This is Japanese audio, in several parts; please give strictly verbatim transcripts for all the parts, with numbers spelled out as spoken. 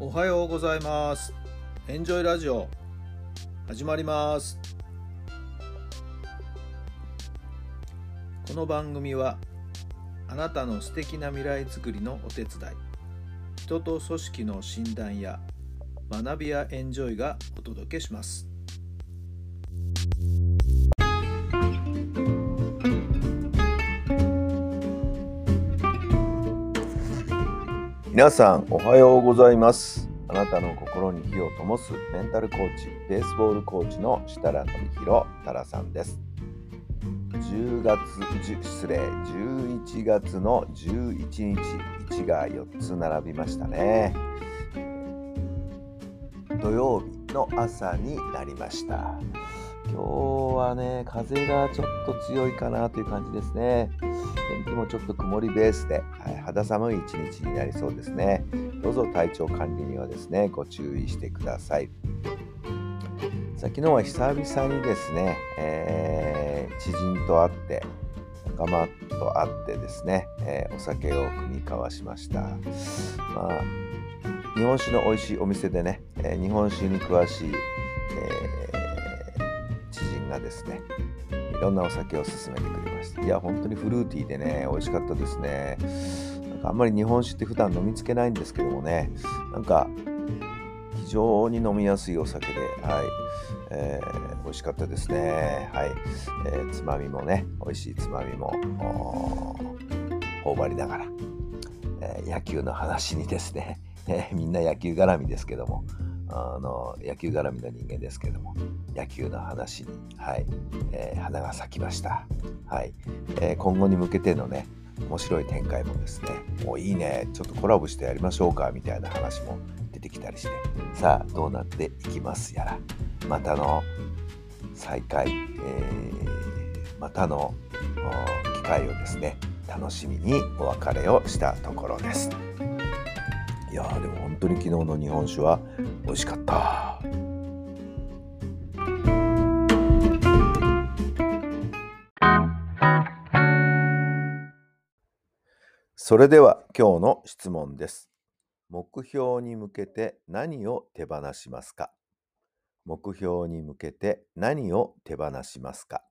おはようございます。エンジョイラジオ始まります。この番組はあなたの素敵な未来づくりのお手伝い、人と組織の診断や学びやエンジョイがお届けします。 皆さんおはようございます。あなたの心に火を灯すメンタルコーチ、ベースボールコーチの設楽範弘太良さんです。じゅうがつ、じゅ失礼、じゅういちがつのじゅういちにち、いちがよっつ並びましたね。土曜日の朝になりました。今日はね、風がちょっと強いかなという感じですね。天気もちょっと曇りベースで、はい、肌寒い一日になりそうですね。どうぞ体調管理にはですね、ご注意してください。さあ、昨日は久々にですね、えー、知人と会って、仲間と会ってですね、えー、お酒を酌み交わしました。まあ、日本酒の美味しいお店でね、えー、日本酒に詳しい、えー知人がですね、いろんなお酒を勧めてくれました。いや、本当にフルーティーでね、美味しかったですね。なんかあんまり日本酒って普段飲みつけないんですけどもね、なんか非常に飲みやすいお酒で、はい、えー、美味しかったですね。はい、えー、つまみもね、美味しいつまみも頬張りながら、えー、野球の話にですね、えー、みんな野球絡みですけども、あの野球絡みの人間ですけども、野球の話に、はいえー、花が咲きました。はいえー、今後に向けてのね、面白い展開もですね、もういいね、ちょっとコラボしてやりましょうかみたいな話も出てきたりして、さあどうなっていきますやら、またの再会、えー、またの機会をですね、楽しみにお別れをしたところです。いやー、でも本当に昨日の日本酒は美味しかった。それでは今日の質問です。目標に向けて何を手放しますか？目標に向けて何を手放しますか？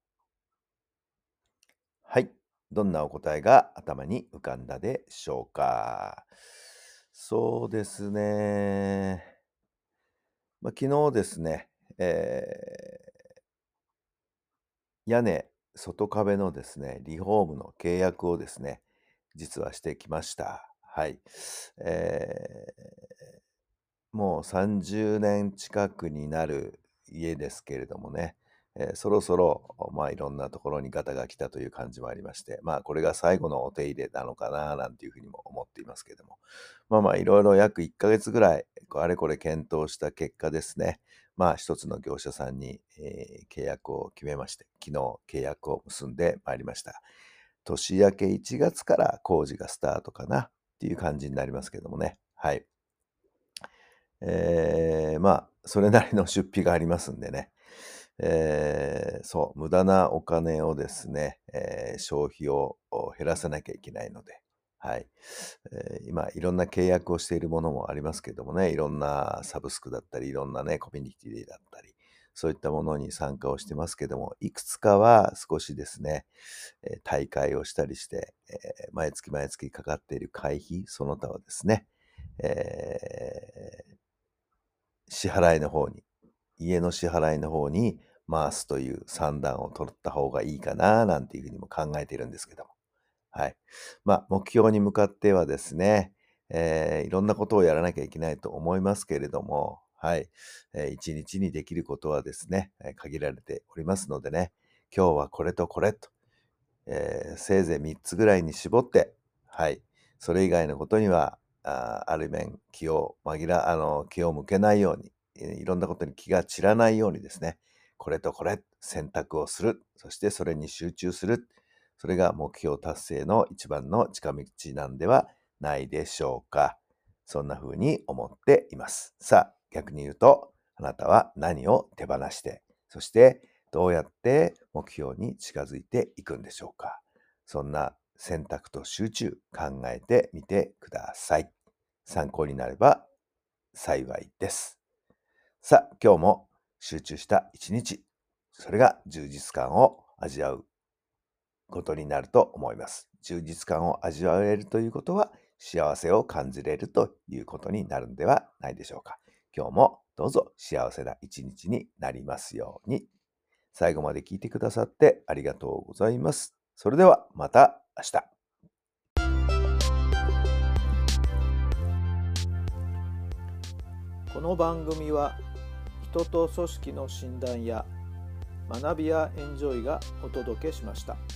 はい。どんなお答えが頭に浮かんだでしょうか？そうですね。まあ、昨日ですね、えー屋根、外壁のですね、リフォームの契約をですね、実はしてきました。はい。えーもうさんじゅうねん近くになる家ですけれどもね、えーそろそろ、まあ、いろんなところにガタが来たという感じもありまして、まあ、これが最後のお手入れなのかな、なんていうふうにも思っていますけれども、まあまあ、いろいろ約いっかげつぐらい、あれこれ検討した結果ですね、まあ、一つの業者さんに、えー契約を決めまして、昨日契約を結んでまいりました。年明けいちがつから工事がスタートかなっていう感じになりますけどもね。はい。えー、まあ、それなりの出費がありますんでね。えー、そう、無駄なお金をですね、えー消費を減らさなきゃいけないので、はい。えー今、いろんな契約をしているものもありますけどもね、いろんなサブスクだったり、いろんなね、コミュニティだったり、そういったものに参加をしてますけども、いくつかは少しですね、えー大会をしたりして、えー毎月毎月かかっている会費、その他はですね、えー支払いの方に、家の支払いの方に回すという算段を取った方がいいかな、なんていうふうにも考えているんですけども。はい。まあ、目標に向かってはですね、えーいろんなことをやらなきゃいけないと思いますけれども、はい。えー一日にできることはですね、えー限られておりますのでね、今日はこれとこれと、えーせいぜいみっつぐらいに絞って、はい。それ以外のことには、あある面気を紛ら、あの、気を向けないように、えーいろんなことに気が散らないようにですね、これとこれ、選択をする。そしてそれに集中する。それが目標達成の一番の近道なんではないでしょうか。そんな風に思っています。さあ、逆に言うと、あなたは何を手放して、そしてどうやって目標に近づいていくんでしょうか。そんな選択と集中考えてみてください。参考になれば幸いです。さあ、今日も集中した一日、それが充実感を味わうことになると思います。充実感を味わえるということは、幸せを感じれるということになるんではないでしょうか。今日もどうぞ幸せな一日になりますように。最後まで聞いてくださってありがとうございます。それではまた明日。 この番組は人と組織の診断や学びやエンジョイがお届けしました。